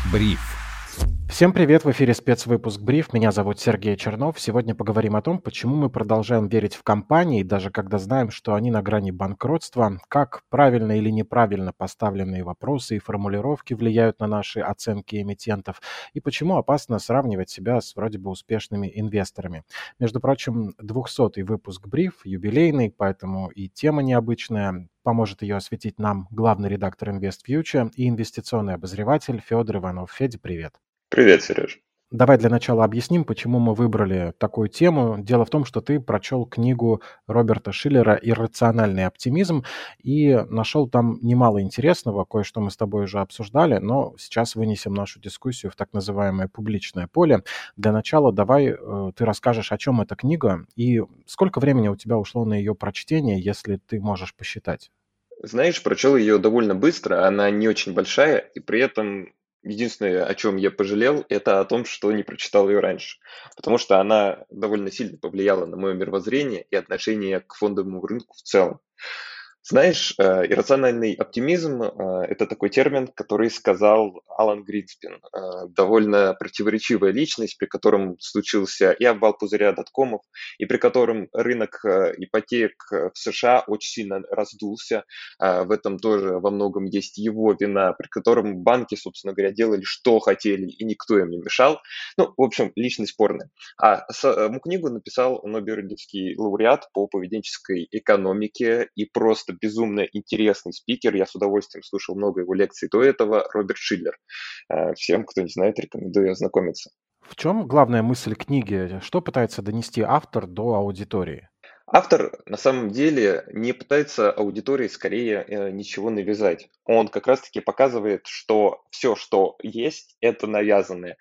Бриф. Всем привет! В эфире спецвыпуск «Бриф». Меня зовут Сергей Чернов. Сегодня поговорим о том, почему мы продолжаем верить в компании, даже когда знаем, что они на грани банкротства, как правильно или неправильно поставленные вопросы и формулировки влияют на наши оценки эмитентов, и почему опасно сравнивать себя с вроде бы успешными инвесторами. Между прочим, 200-й выпуск «Бриф», юбилейный, поэтому и тема необычная. Поможет ее осветить нам главный редактор InvestFuture и инвестиционный обозреватель Федор Иванов. Федя, привет! Привет, Сереж. Давай для начала объясним, почему мы выбрали такую тему. Дело в том, что ты прочел книгу Роберта Шиллера «Иррациональный оптимизм» и нашел там немало интересного, кое-что мы с тобой уже обсуждали, но сейчас вынесем нашу дискуссию в так называемое публичное поле. Для начала давай ты расскажешь, о чем эта книга и сколько времени у тебя ушло на ее прочтение, если ты можешь посчитать. Знаешь, прочел ее довольно быстро, она не очень большая, и при этом единственное, о чем я пожалел, это о том, что не прочитал ее раньше, потому что она довольно сильно повлияла на мое мировоззрение и отношение к фондовому рынку в целом. Знаешь, иррациональный оптимизм это такой термин, который сказал Алан Гринспен. Довольно противоречивая личность, при котором случился и обвал пузыря доткомов, и при котором рынок ипотек в США очень сильно раздулся. В этом тоже во многом есть его вина, при котором банки, собственно говоря, делали, что хотели, и никто им не мешал. Ну, в общем, личность спорная. Саму книгу написал Нобелевский лауреат по поведенческой экономике и просто безумно интересный спикер. Я с удовольствием слушал много его лекций до этого. Роберт Шиллер. Всем, кто не знает, рекомендую ознакомиться. В чем главная мысль книги? Что пытается донести автор до аудитории? Автор на самом деле не пытается аудитории скорее ничего навязать. Он как раз-таки показывает, что все, что есть, это навязанное.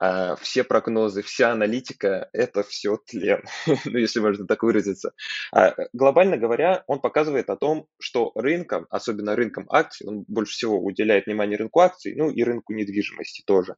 Все прогнозы, вся аналитика — это все тлен, ну, если можно так выразиться. Глобально говоря, он показывает о том, что рынкам, особенно рынкам акций, он больше всего уделяет внимание рынку акций, ну и рынку недвижимости тоже.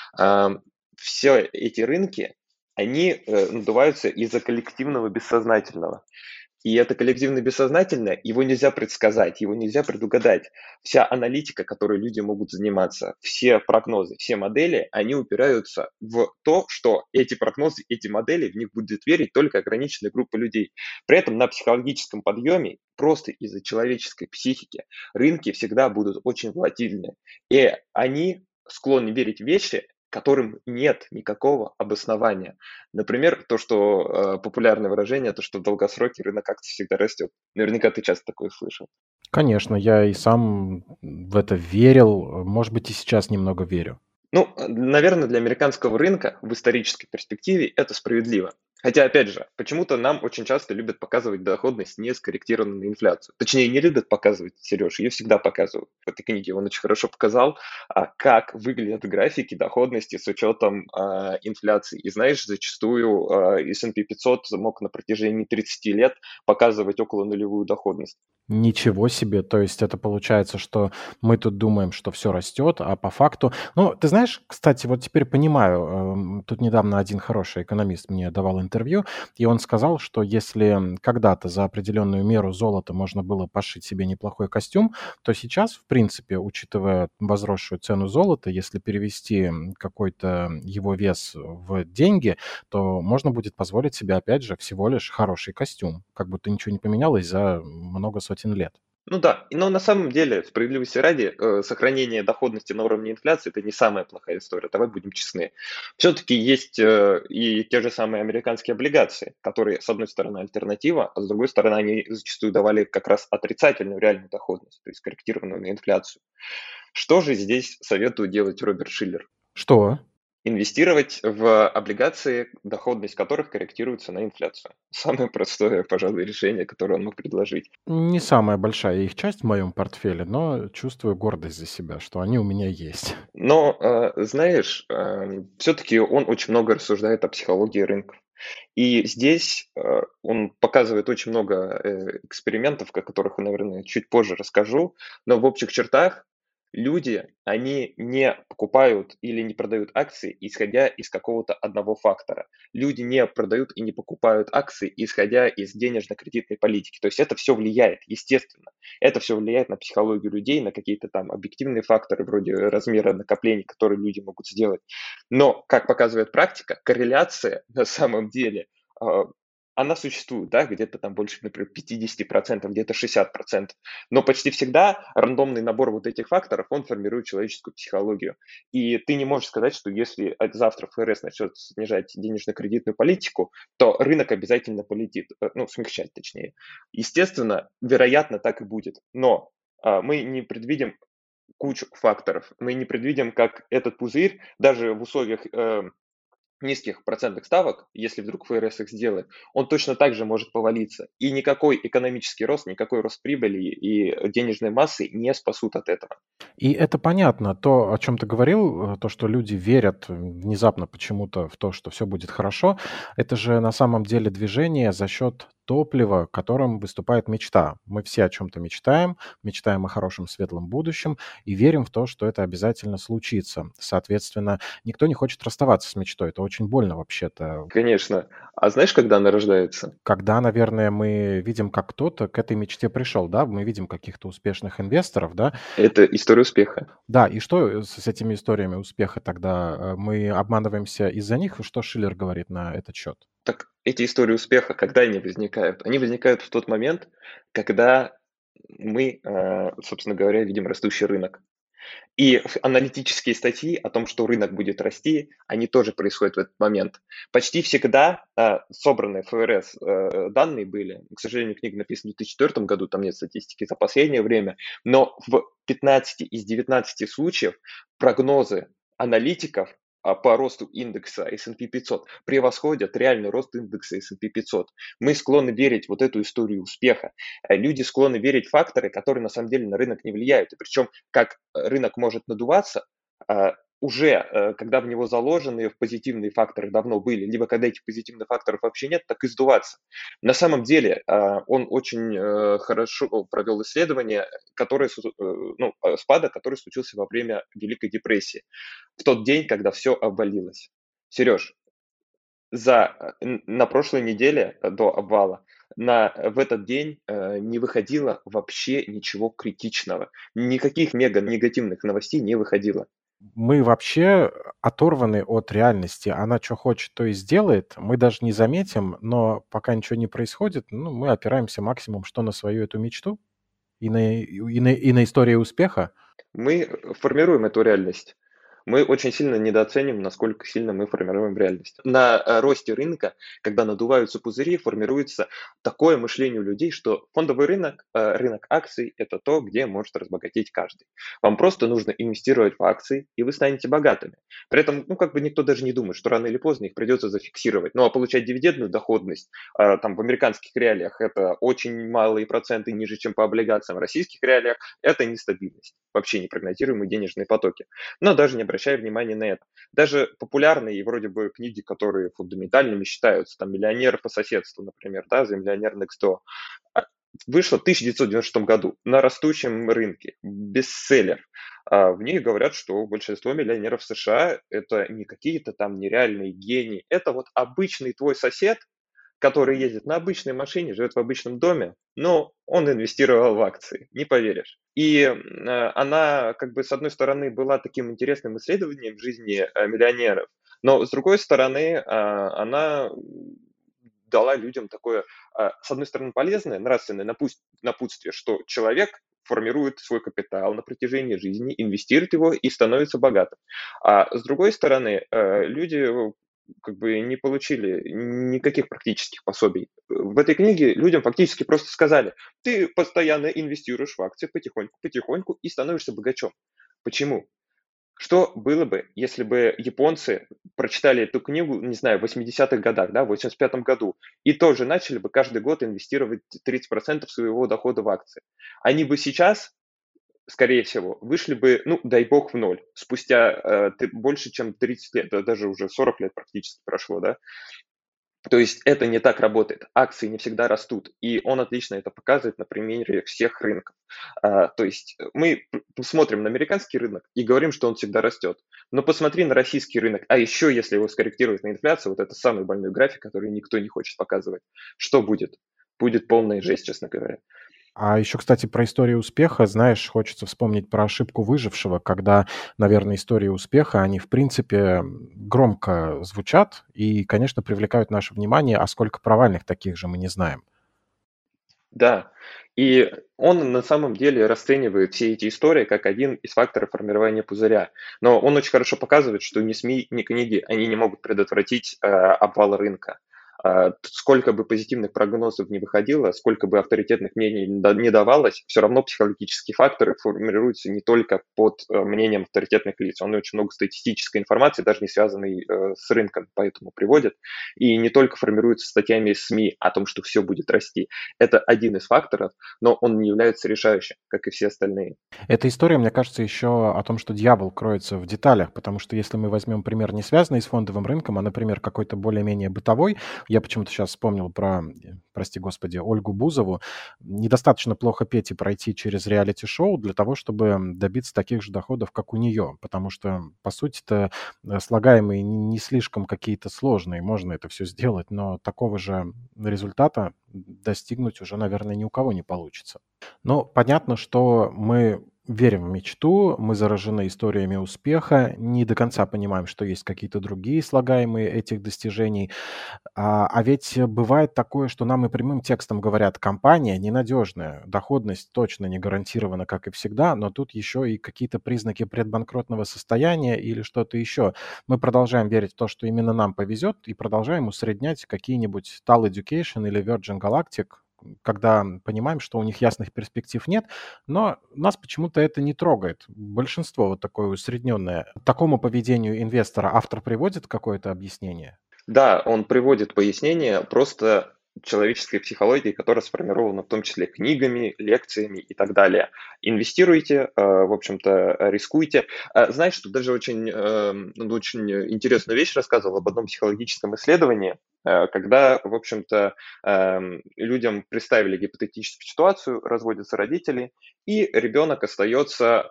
Все эти рынки, они надуваются из-за коллективного бессознательного. И это коллективное бессознательное, его нельзя предсказать, его нельзя предугадать. Вся аналитика, которой люди могут заниматься, все прогнозы, все модели, они упираются в то, что эти прогнозы, эти модели, в них будет верить только ограниченная группа людей. При этом на психологическом подъеме, просто из-за человеческой психики, рынки всегда будут очень волатильны. И они склонны верить в вещи, которым нет никакого обоснования. Например, то, что популярное выражение, то, что в долгосроке рынок акций всегда растет. Наверняка ты часто такое слышал. Конечно, я и сам в это верил, может быть, и сейчас немного верю. Ну, наверное, для американского рынка в исторической перспективе это справедливо. Хотя, опять же, почему-то нам очень часто любят показывать доходность, не скорректированную на инфляцию. Точнее, не любят показывать, Сереж, ее всегда показывают. В этой книге он очень хорошо показал, как выглядят графики доходности с учетом инфляции. И знаешь, зачастую S&P 500 мог на протяжении 30 лет показывать около нулевую доходность. Ничего себе! То есть это получается, что мы тут думаем, что все растет, а по факту. Ну, ты знаешь, кстати, вот теперь понимаю, тут недавно один хороший экономист мне давал интервью, и он сказал, что если когда-то за определенную меру золота можно было пошить себе неплохой костюм, то сейчас, в принципе, учитывая возросшую цену золота, если перевести, какой-то его вес в деньги, то можно будет позволить себе, опять же, всего лишь хороший костюм. Как будто ничего не поменялось за много сотен лет. Ну да, но на самом деле, справедливости ради, сохранение доходности на уровне инфляции — это не самая плохая история, давай будем честны. Все-таки есть и те же самые американские облигации, которые, с одной стороны, альтернатива, а с другой стороны, они зачастую давали как раз отрицательную реальную доходность, то есть корректированную на инфляцию. Что же здесь советует делать Роберт Шиллер? Что? Инвестировать в облигации, доходность которых корректируется на инфляцию. Самое простое, пожалуй, решение, которое он мог предложить. Не самая большая их часть в моем портфеле, но чувствую гордость за себя, что они у меня есть. Но, знаешь, все-таки он очень много рассуждает о психологии рынков. И здесь он показывает очень много экспериментов, о которых я, наверное, чуть позже расскажу. Но в общих чертах Люди, они не покупают или не продают акции, исходя из какого-то одного фактора. Люди не продают и не покупают акции, исходя из денежно-кредитной политики. То есть это все влияет, естественно. Это все влияет на психологию людей, на какие-то там объективные факторы, вроде размера накоплений, которые люди могут сделать. Но, как показывает практика, корреляция на самом деле а, она существует, да, где-то там больше, например, 50%, где-то 60%. Но почти всегда рандомный набор вот этих факторов, он формирует человеческую психологию. И ты не можешь сказать, что если завтра ФРС начнет снижать денежно-кредитную политику, то рынок обязательно полетит, ну, смягчать точнее. Естественно, вероятно, так и будет. Но мы не предвидим кучу факторов. Мы не предвидим, как этот пузырь даже в условиях низких процентных ставок, если вдруг ФРС их сделает, он точно так же может повалиться. И никакой экономический рост, никакой рост прибыли и денежной массы не спасут от этого. И это понятно. То, о чем ты говорил, то, что люди верят внезапно почему-то в то, что все будет хорошо, это же на самом деле движение за счет топлива, которым выступает мечта. Мы все о чем-то мечтаем, мечтаем о хорошем светлом будущем и верим в то, что это обязательно случится. Соответственно, никто не хочет расставаться с мечтой. Это очень больно вообще-то. Конечно. А знаешь, когда она рождается? Когда, наверное, мы видим, как кто-то к этой мечте пришел, да, мы видим каких-то успешных инвесторов, да. Это история успеха. Да, и что с этими историями успеха тогда? Мы обманываемся из-за них? Что Шиллер говорит на этот счет? Так эти истории успеха, когда они возникают? Они возникают в тот момент, когда мы, собственно говоря, видим растущий рынок. И аналитические статьи о том, что рынок будет расти, они тоже происходят в этот момент. Почти всегда собранные ФРС данные были, к сожалению, книга написана в 2004 году, там нет статистики за последнее время, но в 15 из 19 случаев прогнозы аналитиков по росту индекса S&P 500 превосходят реальный рост индекса S&P 500. Мы склонны верить в вот эту историю успеха. Люди склонны верить в факторы, которые на самом деле на рынок не влияют. И причем как рынок может надуваться, уже когда в него заложены позитивные факторы давно были, либо когда этих позитивных факторов вообще нет, так и сдуваться. На самом деле он очень хорошо провел исследование, спада, который случился во время Великой депрессии, в тот день, когда все обвалилось. Сереж, на прошлой неделе до обвала в этот день не выходило вообще ничего критичного. Никаких мега негативных новостей не выходило. Мы вообще оторваны от реальности. Она что хочет, то и сделает. Мы даже не заметим, но пока ничего не происходит, ну, мы опираемся максимум что на свою эту мечту и на историю успеха. Мы формируем эту реальность. Мы очень сильно недооценим, насколько сильно мы формируем реальность. На росте рынка, когда надуваются пузыри, формируется такое мышление у людей, что фондовый рынок, рынок акций – это то, где может разбогатеть каждый. Вам просто нужно инвестировать в акции, и вы станете богатыми. При этом, никто даже не думает, что рано или поздно их придется зафиксировать. Ну, а получать дивидендную доходность там в американских реалиях – это очень малые проценты, ниже, чем по облигациям. В российских реалиях – это нестабильность, вообще непрогнозируемые денежные потоки. Но даже не обращая внимания на это. Даже популярные вроде бы книги, которые фундаментальными считаются, там «Миллионер по соседству», например, да, «The Millionaire Next Door», вышла в 1996 году на растущем рынке, бестселлер. В ней говорят, что большинство миллионеров США – это не какие-то там нереальные гении, это вот обычный твой сосед, который ездит на обычной машине, живет в обычном доме, но он инвестировал в акции, не поверишь. И она, с одной стороны, была таким интересным исследованием в жизни миллионеров, но с другой стороны, она дала людям такое, с одной стороны, полезное, нравственное напутствие, что человек формирует свой капитал на протяжении жизни, инвестирует его и становится богатым. А с другой стороны, люди не получили никаких практических пособий. В этой книге людям фактически просто сказали: ты постоянно инвестируешь в акции потихоньку и становишься богачом. Почему? Что было бы, если бы японцы прочитали эту книгу, не знаю, в 80-х годах, да, в 85-м году, и тоже начали бы каждый год инвестировать 30% своего дохода в акции? Они бы сейчас, скорее всего, вышли бы, дай бог, в ноль. Спустя больше, чем 30 лет, даже уже 40 лет практически прошло, да. То есть это не так работает. Акции не всегда растут. И он отлично это показывает на примере всех рынков. То есть мы смотрим на американский рынок и говорим, что он всегда растет. Но посмотри на российский рынок. А еще, если его скорректировать на инфляцию, вот это самый больной график, который никто не хочет показывать. Что будет? Будет полная жесть, честно говоря. А еще, кстати, про историю успеха, знаешь, хочется вспомнить про ошибку выжившего, когда, наверное, истории успеха, они, в принципе, громко звучат и, конечно, привлекают наше внимание, а сколько провальных таких же мы не знаем. Да, и он на самом деле расценивает все эти истории как один из факторов формирования пузыря. Но он очень хорошо показывает, что ни СМИ, ни книги, они не могут предотвратить обвал рынка. Сколько бы позитивных прогнозов не выходило, сколько бы авторитетных мнений не давалось, все равно психологические факторы формируются не только под мнением авторитетных лиц. Он очень много статистической информации, даже не связанной с рынком, поэтому приводит. И не только формируется статьями СМИ о том, что все будет расти. Это один из факторов, но он не является решающим, как и все остальные. Эта история, мне кажется, еще о том, что дьявол кроется в деталях, потому что если мы возьмем пример, не связанный с фондовым рынком, а, например, какой-то более-менее бытовой, я почему-то сейчас вспомнил про, прости господи, Ольгу Бузову, недостаточно плохо петь и пройти через реалити-шоу для того, чтобы добиться таких же доходов, как у нее, потому что, по сути-то, слагаемые не слишком какие-то сложные, можно это все сделать, но такого же результата достигнуть уже, наверное, ни у кого не получится. Ну, понятно, что мы верим в мечту, мы заражены историями успеха, не до конца понимаем, что есть какие-то другие слагаемые этих достижений. А ведь бывает такое, что нам и прямым текстом говорят: компания ненадежная, доходность точно не гарантирована, как и всегда, но тут еще и какие-то признаки предбанкротного состояния или что-то еще. Мы продолжаем верить в то, что именно нам повезет, и продолжаем усреднять какие-нибудь Tal Education или Virgin Galactic, когда понимаем, что у них ясных перспектив нет, но нас почему-то это не трогает. Большинство вот такое усредненное. Такому поведению инвестора автор приводит какое-то объяснение? Да, он приводит пояснение просто человеческой психологии, которая сформирована в том числе книгами, лекциями и так далее. Инвестируйте, в общем-то, рискуйте. Знаешь, тут даже очень интересную вещь рассказывал об одном психологическом исследовании, когда, в общем-то, людям представили гипотетическую ситуацию, разводятся родители, и ребенок остается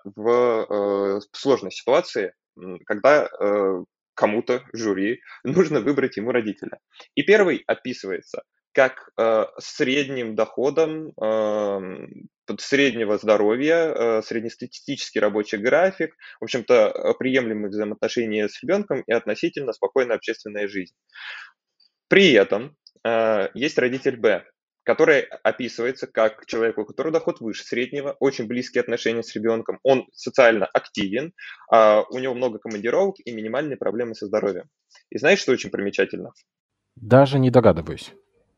в сложной ситуации, когда кому-то, жюри, нужно выбрать ему родителя. И первый описывается как средним доходом, среднего здоровья, среднестатистический рабочий график, в общем-то, приемлемые взаимоотношения с ребенком и относительно спокойная общественная жизнь. При этом есть родитель Б, который описывается как человек, у которого доход выше среднего, очень близкие отношения с ребенком, он социально активен, у него много командировок и минимальные проблемы со здоровьем. И знаешь, что очень примечательно? Даже не догадываюсь.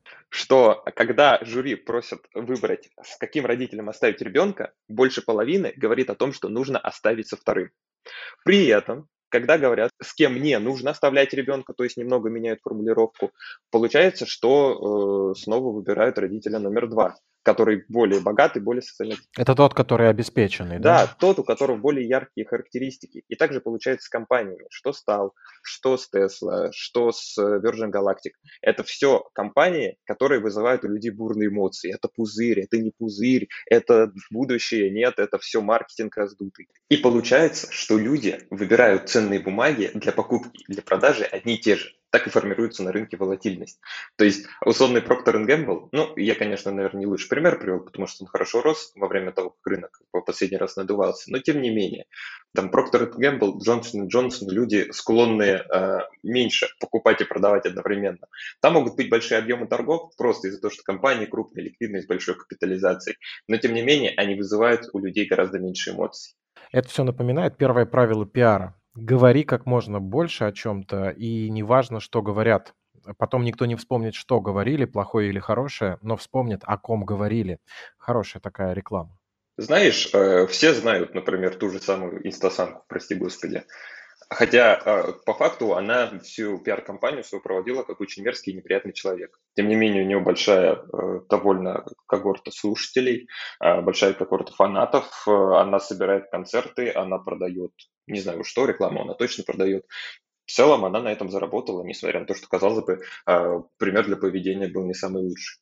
Что когда жюри просят выбрать, с каким родителем оставить ребенка, больше половины говорит о том, что нужно оставить со вторым. При этом, когда говорят, с кем не нужно оставлять ребенка, то есть немного меняют формулировку, получается, что снова выбирают родителя номер два, который более богатый, более социально. Это тот, который обеспеченный, да? Да, тот, у которого более яркие характеристики. И также получается с компаниями, что с Tal, что с Tesla, что с Virgin Galactic. Это все компании, которые вызывают у людей бурные эмоции. Это пузырь, это не пузырь, это будущее, нет, это все маркетинг раздутый. И получается, что люди выбирают ценные бумаги для покупки, для продажи одни и те же. Так и формируется на рынке волатильность. То есть условный Procter Gamble, ну, я, конечно, наверное, не лучший пример привел, потому что он хорошо рос во время того, как рынок в последний раз надувался, но тем не менее, там Procter Gamble, Johnson Johnson, люди склонные меньше покупать и продавать одновременно. Там могут быть большие объемы торгов, просто из-за того, что компании крупные, ликвидные, с большой капитализацией, но тем не менее, они вызывают у людей гораздо меньше эмоций. Это все напоминает первое правило пиара. Говори как можно больше о чем-то, и неважно, что говорят. Потом никто не вспомнит, что говорили, плохое или хорошее, но вспомнит, о ком говорили. Хорошая такая реклама. Знаешь, все знают, например, ту же самую инстасамку, прости господи. Хотя по факту она всю пиар-компанию свою проводила как очень мерзкий и неприятный человек. Тем не менее, у нее большая довольно когорта слушателей, большая когорта фанатов. Она собирает концерты, она продает, не знаю что, рекламу она точно продает. в целом она на этом заработала, несмотря на то, что, казалось бы, пример для поведения был не самый лучший.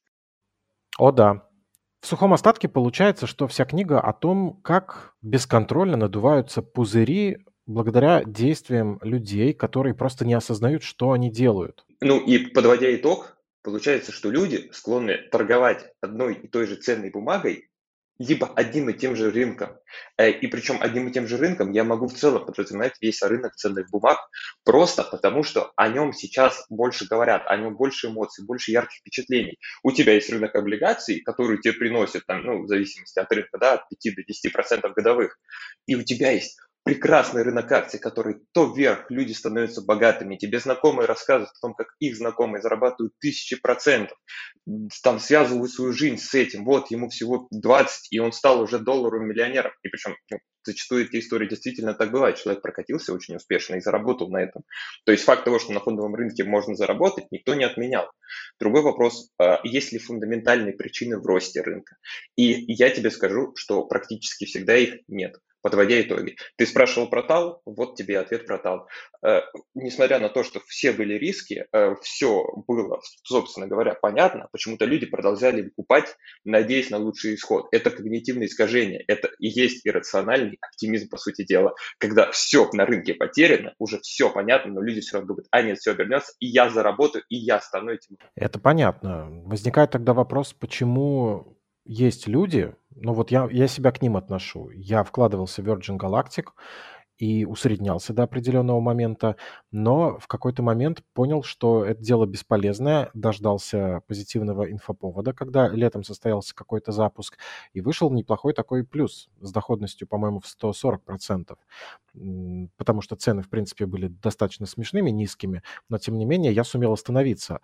О да. В сухом остатке получается, что вся книга о том, как бесконтрольно надуваются пузыри благодаря действиям людей, которые просто не осознают, что они делают. Ну и подводя итог, получается, что люди склонны торговать одной и той же ценной бумагой либо одним и тем же рынком. И причем одним и тем же рынком я могу в целом подразумевать весь рынок ценных бумаг, просто потому что о нем сейчас больше говорят, о нем больше эмоций, больше ярких впечатлений. У тебя есть рынок облигаций, который тебе приносит, там, ну, в зависимости от рынка, да, от 5 до 10% годовых. И у тебя есть прекрасный рынок акций, который то вверх, люди становятся богатыми, тебе знакомые рассказывают о том, как их знакомые зарабатывают 1000%, там связывают свою жизнь с этим, вот ему всего 20, и он стал уже долларовым миллионером. И причем зачастую эти истории действительно так бывает. Человек прокатился очень успешно и заработал на этом. То есть факт того, что на фондовом рынке можно заработать, никто не отменял. Другой вопрос, есть ли фундаментальные причины в росте рынка? И я тебе скажу, что практически всегда их нет. Подводя итоги. Ты спрашивал про ТАЛ, вот тебе ответ про ТАЛ. Несмотря на то, что все были риски, все было, собственно говоря, понятно, почему-то люди продолжали покупать, надеясь на лучший исход. Это когнитивное искажение, это и есть иррациональный оптимизм, по сути дела, когда все на рынке потеряно, уже все понятно, но люди все равно думают, нет, все обернется, и я заработаю, и я стану этим. Это понятно. Возникает тогда вопрос, почему есть люди, ну вот я себя к ним отношу. Я вкладывался в Virgin Galactic и усреднялся до определенного момента, но в какой-то момент понял, что это дело бесполезное, дождался позитивного инфоповода, когда летом состоялся какой-то запуск, и вышел неплохой такой плюс с доходностью, по-моему, в 140%, потому что цены, в принципе, были достаточно смешными, низкими, но, тем не менее, я сумел остановиться.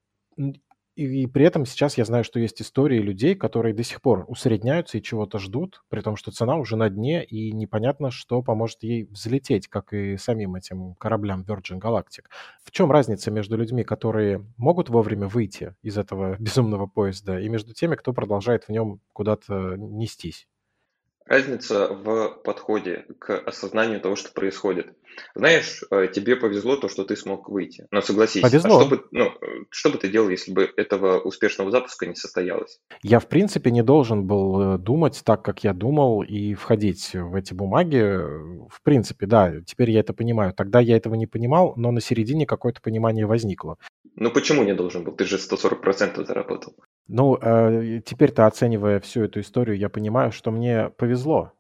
И при этом сейчас я знаю, что есть истории людей, которые до сих пор усредняются и чего-то ждут, при том, что цена уже на дне, и непонятно, что поможет ей взлететь, как и самим этим кораблям Virgin Galactic. В чем разница между людьми, которые могут вовремя выйти из этого безумного поезда, и между теми, кто продолжает в нем куда-то нестись? Разница в подходе к осознанию того, что происходит. Знаешь, тебе повезло то, что ты смог выйти. Но согласись, Повезло. что бы ты делал, если бы этого успешного запуска не состоялось? Я, в принципе, не должен был думать так, как я думал, и входить в эти бумаги. В принципе, да, теперь я это понимаю. Тогда я этого не понимал, но на середине какое-то понимание возникло. Ну почему не должен был? Ты же 140% заработал. Ну, теперь-то, оценивая всю эту историю, я понимаю, что мне повезло.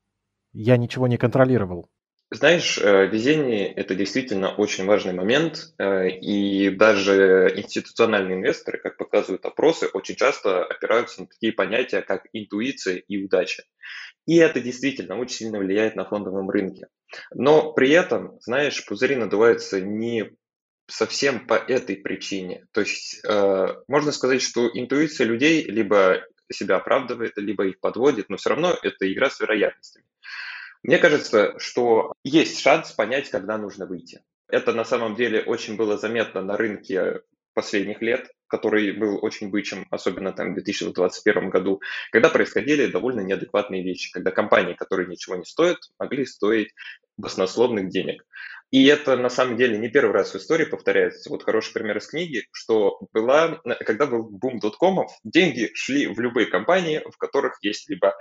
Я ничего не контролировал. Знаешь, везение – это действительно очень важный момент, и даже институциональные инвесторы, как показывают опросы, очень часто опираются на такие понятия, как интуиция и удача. И это действительно очень сильно влияет на фондовом рынке. Но при этом, знаешь, пузыри надуваются не совсем по этой причине. То есть можно сказать, что интуиция людей либо себя оправдывает, либо их подводит, но все равно это игра с вероятностями. Мне кажется, что есть шанс понять, когда нужно выйти. Это на самом деле очень было заметно на рынке последних лет, который был очень бычьим, особенно там в 2021 году, когда происходили довольно неадекватные вещи, когда компании, которые ничего не стоят, могли стоить баснословных денег. И это на самом деле не первый раз в истории повторяется. Вот хороший пример из книги, что когда был бум доткомов, деньги шли в любые компании, в которых есть либо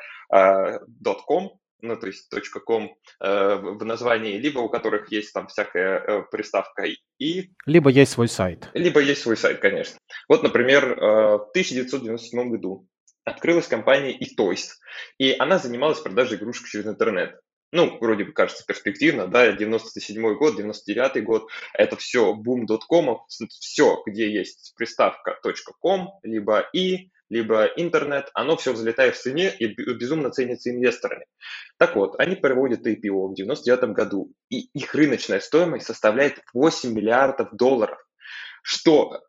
.com, ну, то есть .com в названии, либо у которых есть там всякая приставка «и», Либо есть свой сайт. либо есть свой сайт, конечно. Вот, например, в 1997 году открылась компания eToys, и она занималась продажей игрушек через интернет. Ну, вроде бы кажется перспективно, да, 97 год, 99 год, это все бум доткомов, все, где есть приставка .com, либо «и», либо интернет, оно все взлетает в цене и безумно ценится инвесторами. Так вот, они проводят IPO в 99 году, и их рыночная стоимость составляет 8 миллиардов долларов, что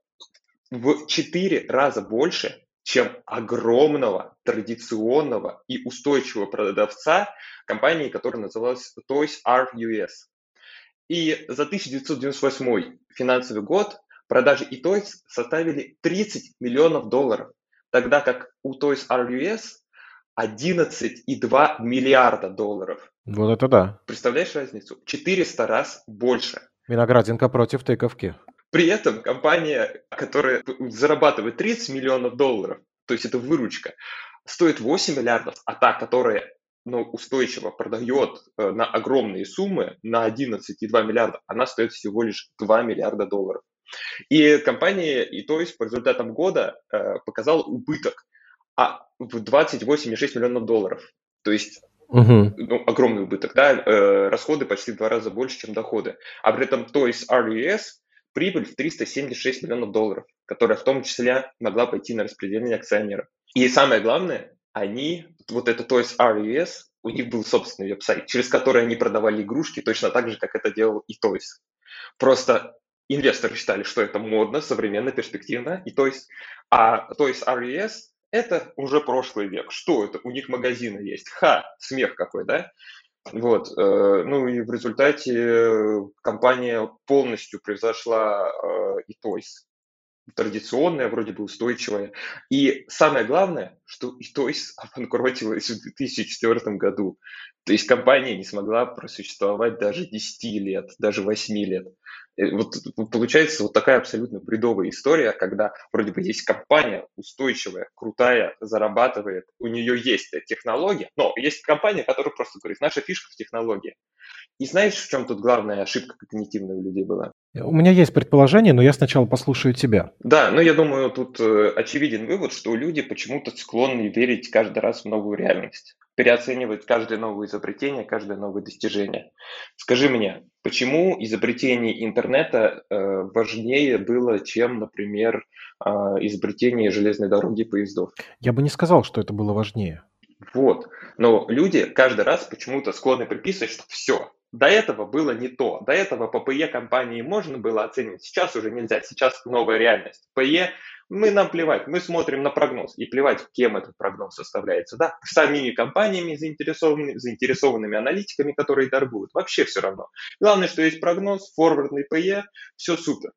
в 4 раза больше, чем огромного традиционного и устойчивого продавца компании, которая называлась Toys R Us. И за 1998 финансовый год продажи eToys составили 30 миллионов долларов, тогда как у Toys R Us 11,2 миллиарда долларов. Вот это да. Представляешь разницу? 400 раз больше. Виноградинка против тыковки. При этом компания, которая зарабатывает 30 миллионов долларов, то есть это выручка, стоит 8 миллиардов, а та, которая устойчиво продает на огромные суммы, на 11,2 миллиарда, она стоит всего лишь 2 миллиарда долларов. И компания, и то есть по результатам года показала убыток в 28,6 миллионов долларов. То есть огромный убыток, да, расходы почти в 2 раза больше, чем доходы. А при этом Toys R Us прибыль в 376 миллионов долларов, которая в том числе могла пойти на распределение акционеров. И самое главное, вот это Toys R Us, у них был собственный веб-сайт, через который они продавали игрушки точно так же, как это делал и Toys. Просто инвесторы считали, что это модно, современно, перспективно, а Toys R Us это уже прошлый век. Что это? У них магазины есть. Смех какой, да? Вот. Ну и в результате компания полностью превзошла и Toys. Традиционная, вроде бы устойчивая. И самое главное, что и Toys обанкротилась в 2004 году. То есть компания не смогла просуществовать даже 10 лет, даже 8 лет. Вот получается вот такая абсолютно бредовая история, когда вроде бы есть компания устойчивая, крутая, зарабатывает, у нее есть технология, но есть компания, которая просто говорит, наша фишка в технологии. И знаешь, в чем тут главная ошибка когнитивная у людей была? У меня есть предположение, но я сначала послушаю тебя. Да, я думаю, тут очевиден вывод, что люди почему-то склонны верить каждый раз в новую реальность, переоценивать каждое новое изобретение, каждое новое достижение. Скажи мне, почему изобретение интернета важнее было, чем, например, изобретение железной дороги и поездов? Я бы не сказал, что это было важнее. Вот. Но люди каждый раз почему-то склонны приписывать, что все, до этого было не то. До этого по ПЕ компании можно было оценивать, сейчас уже нельзя, сейчас новая реальность. ПЕ, нам плевать, мы смотрим на прогноз, и плевать, кем этот прогноз составляется. Да? Самими компаниями, заинтересованными аналитиками, которые торгуют, вообще все равно. Главное, что есть прогноз, форвардный ПЕ, все супер.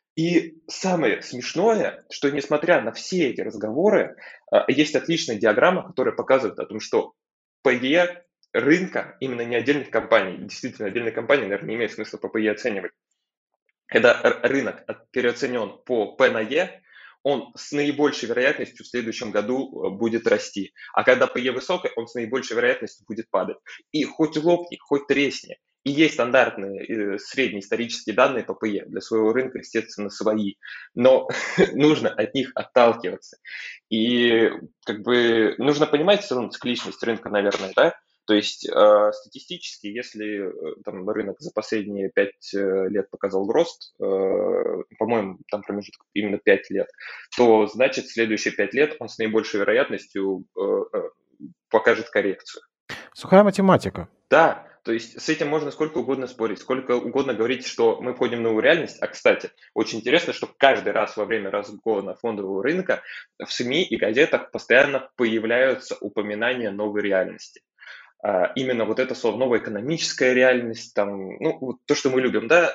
И самое смешное, что несмотря на все эти разговоры, есть отличная диаграмма, которая показывает о том, что PE рынка, именно не отдельных компаний, действительно отдельные компании, наверное, не имеет смысла по PE оценивать. Когда рынок переоценен по P на E, он с наибольшей вероятностью в следующем году будет расти. А когда PE высокая, он с наибольшей вероятностью будет падать. И хоть лопни, хоть тресни. И есть стандартные средние исторические данные по PE для своего рынка, естественно, свои. Но нужно от них отталкиваться. И нужно понимать все равно цикличность рынка, наверное, да? То есть статистически, если рынок за последние 5 лет показал рост, по-моему, там промежуток именно 5 лет, то значит в следующие 5 лет он с наибольшей вероятностью покажет коррекцию. Сухая математика. Да, то есть с этим можно сколько угодно спорить, сколько угодно говорить, что мы входим в новую реальность. А, кстати, очень интересно, что каждый раз во время разгона фондового рынка в СМИ и газетах постоянно появляются упоминания новой реальности. Именно вот это слово новая экономическая реальность, то, что мы любим, да,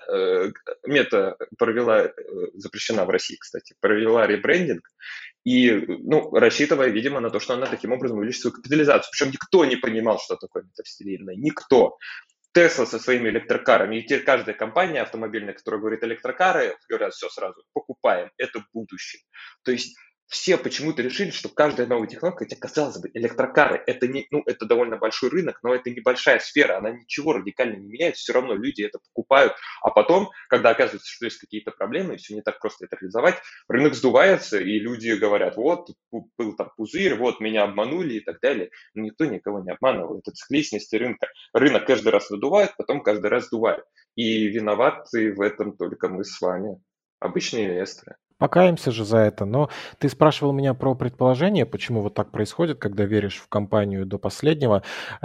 Мета запрещена в России, кстати, провела ребрендинг, и, рассчитывая, видимо, на то, что она таким образом увеличит свою капитализацию. Причем никто не понимал, что такое метавселенная, никто. Тесла со своими электрокарами, и теперь каждая компания автомобильная, которая говорит электрокары, говорят, все сразу, покупаем, это будущее. То есть все почему-то решили, что каждая новая технология, хотя, казалось бы, электрокары, это довольно большой рынок, но это небольшая сфера, она ничего радикально не меняет, все равно люди это покупают, а потом, когда оказывается, что есть какие-то проблемы, и все не так просто это реализовать, рынок сдувается, и люди говорят, вот, был там пузырь, вот, меня обманули и так далее. Но никто никого не обманывал, это цикличность рынка. Рынок каждый раз выдувает, потом каждый раз сдувает. И виноваты в этом только мы с вами, обычные инвесторы. Покаемся же за это. Но ты спрашивал меня про предположение, почему вот так происходит, когда веришь в компанию до последнего.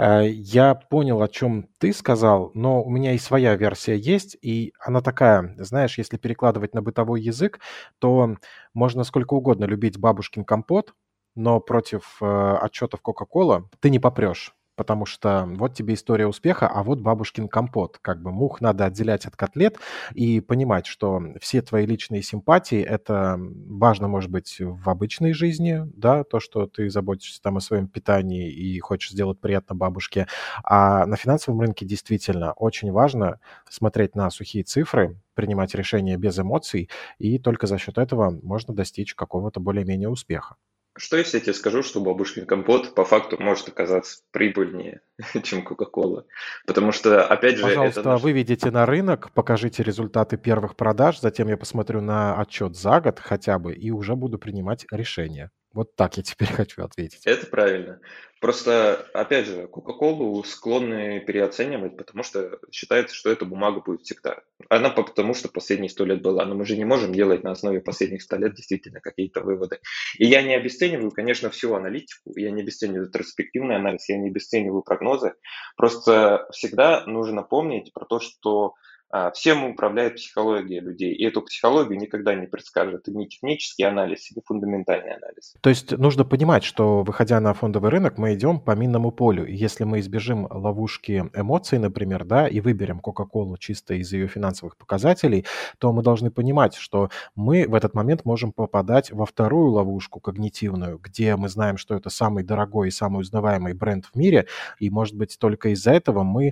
Я понял, о чем ты сказал, но у меня и своя версия есть, и она такая, знаешь, если перекладывать на бытовой язык, то можно сколько угодно любить бабушкин компот, но против отчетов Coca-Cola ты не попрешь. потому что вот тебе история успеха, а вот бабушкин компот. Как бы мух надо отделять от котлет и понимать, что все твои личные симпатии — это важно, может быть, в обычной жизни, да, то, что ты заботишься там о своем питании и хочешь сделать приятно бабушке. А на финансовом рынке действительно очень важно смотреть на сухие цифры, принимать решения без эмоций, и только за счет этого можно достичь какого-то более-менее успеха. Что если я тебе скажу, что бабушкин компот по факту может оказаться прибыльнее, чем Кока-Кола? Потому что, опять же, это Пожалуйста, наш... выведите на рынок, покажите результаты первых продаж, затем я посмотрю на отчет за год хотя бы и уже буду принимать решение. Вот так я теперь хочу ответить. Это правильно. Просто, опять же, Кока-Колу склонны переоценивать, потому что считается, что эта бумага будет всегда. Она потому что последние 100 лет была, но мы же не можем делать на основе последних 100 лет действительно какие-то выводы. И я не обесцениваю, конечно, всю аналитику, я не обесцениваю ретроспективный анализ, я не обесцениваю прогнозы. Просто всегда нужно помнить про то, что всем управляет психология людей, и эту психологию никогда не предскажет ни технический анализ, ни фундаментальный анализ. То есть нужно понимать, что, выходя на фондовый рынок, мы идем по минному полю. И если мы избежим ловушки эмоций, например, да, и выберем Кока-Колу чисто из ее финансовых показателей, то мы должны понимать, что мы в этот момент можем попадать во вторую ловушку когнитивную, где мы знаем, что это самый дорогой и самый узнаваемый бренд в мире, и, может быть, только из-за этого мы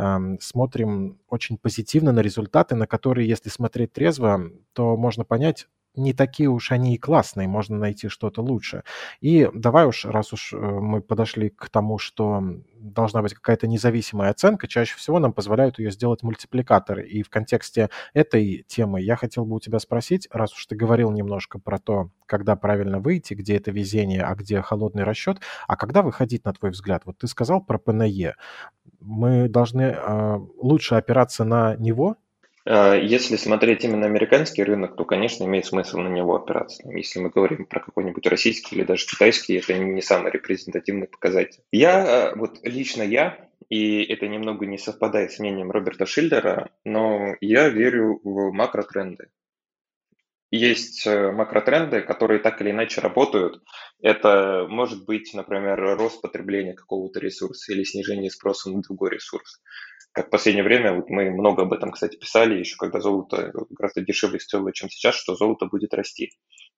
смотрим очень позитивно на результаты, на которые, если смотреть трезво, то можно понять, не такие уж они и классные, можно найти что-то лучше. И давай уж, раз уж мы подошли к тому, что должна быть какая-то независимая оценка, чаще всего нам позволяют ее сделать мультипликаторы. И в контексте этой темы я хотел бы у тебя спросить, раз уж ты говорил немножко про то, когда правильно выйти, где это везение, а где холодный расчет, а когда выходить, на твой взгляд? Вот ты сказал про ПНЕ. Мы должны лучше опираться на него. Если смотреть именно американский рынок, то, конечно, имеет смысл на него опираться. Если мы говорим про какой-нибудь российский или даже китайский, это не самый репрезентативный показатель. Вот лично я, и это немного не совпадает с мнением Роберта Шиллера, но я верю в макротренды. Есть макротренды, которые так или иначе работают. Это может быть, например, рост потребления какого-то ресурса или снижение спроса на другой ресурс. Как в последнее время, вот мы много об этом, кстати, писали, еще когда золото гораздо дешевле стоило, чем сейчас, что золото будет расти.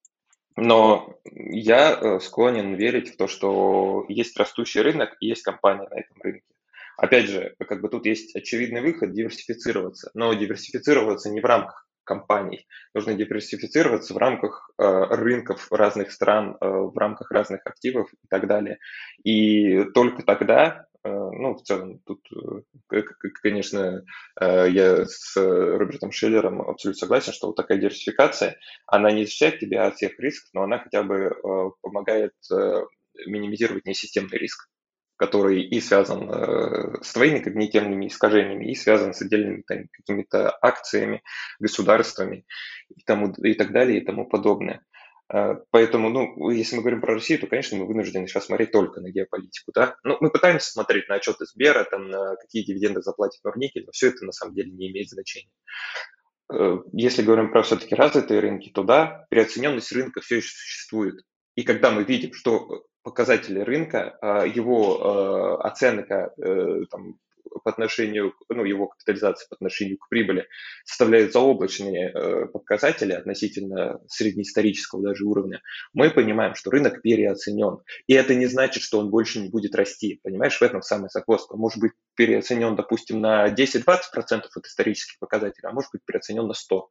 Но я склонен верить в то, что есть растущий рынок и есть компания на этом рынке. Опять же, как бы тут есть очевидный выход — диверсифицироваться. Но диверсифицироваться не в рамках компаний. Нужно диверсифицироваться в рамках рынков разных стран, в рамках разных активов и так далее. И только тогда, ну, в целом, тут, конечно, я с Робертом Шиллером абсолютно согласен, что вот такая диверсификация, она не защищает тебя от всех рисков, но она хотя бы помогает минимизировать несистемный риск, который и связан с твоими когнитивными искажениями, и связан с отдельными там, какими-то акциями, государствами и так далее, и тому подобное. Поэтому, ну, если мы говорим про Россию, то, конечно, мы вынуждены сейчас смотреть только на геополитику, да. Ну, мы пытаемся смотреть на отчеты Сбера, там, на какие дивиденды заплатит Норникель, но все это на самом деле не имеет значения. Если говорим про все-таки развитые рынки, то да, переоцененность рынка все еще существует. И когда мы видим, что показатели рынка, его оценка там, по отношению, ну, его капитализация по отношению к прибыли составляет заоблачные показатели относительно среднеисторического даже уровня, мы понимаем, что рынок переоценен. И это не значит, что он больше не будет расти. Понимаешь, в этом самая загвоздка. Может быть переоценен, допустим, на 10-20% от исторических показателей, а может быть переоценен на 100%.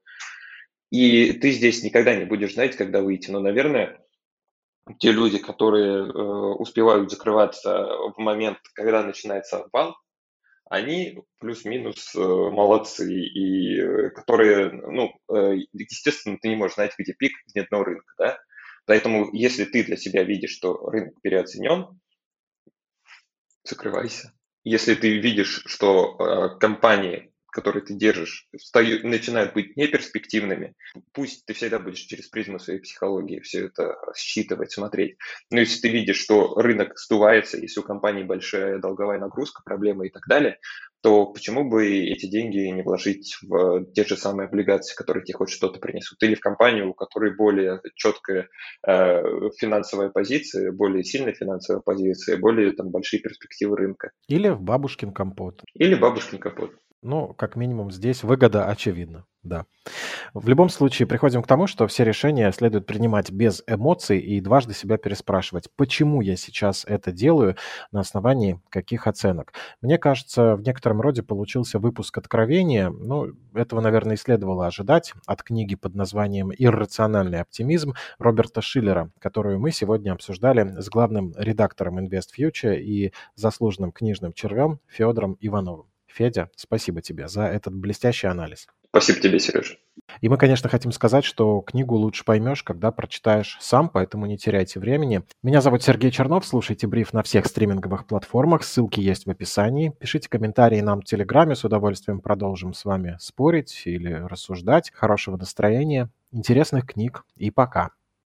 И ты здесь никогда не будешь знать, когда выйти. Но, наверное, те люди, которые успевают закрываться в момент, когда начинается обвал, они плюс-минус молодцы, и которые, ну, естественно, ты не можешь знать, где пик гнетного рынка, да? Поэтому, если ты для себя видишь, что рынок переоценен, закрывайся. Если ты видишь, что компании которые ты держишь, начинают быть неперспективными, пусть ты всегда будешь через призму своей психологии все это считывать, смотреть. Но если ты видишь, что рынок сдувается, если у компании большая долговая нагрузка, проблемы и так далее, то почему бы эти деньги не вложить в те же самые облигации, которые тебе хоть что-то принесут, или в компанию, у которой более четкая финансовая позиция, более сильная финансовая позиция, более там большие перспективы рынка. Или в бабушкин компот. Или бабушкин капот. Ну, как минимум, здесь выгода очевидна, да. В любом случае, приходим к тому, что все решения следует принимать без эмоций и дважды себя переспрашивать, почему я сейчас это делаю, на основании каких оценок. Мне кажется, в некотором роде получился выпуск откровения. Ну, этого, наверное, и следовало ожидать от книги под названием «Иррациональный оптимизм» Роберта Шиллера, которую мы сегодня обсуждали с главным редактором InvestFuture и заслуженным книжным червем Федором Ивановым. Федя, спасибо тебе за этот блестящий анализ. Спасибо тебе, Сережа. И мы, конечно, хотим сказать, что книгу лучше поймешь, когда прочитаешь сам, поэтому не теряйте времени. Меня зовут Сергей Чернов, слушайте бриф на всех стриминговых платформах, ссылки есть в описании. Пишите комментарии нам в Телеграме, с удовольствием продолжим с вами спорить или рассуждать. Хорошего настроения, интересных книг и пока.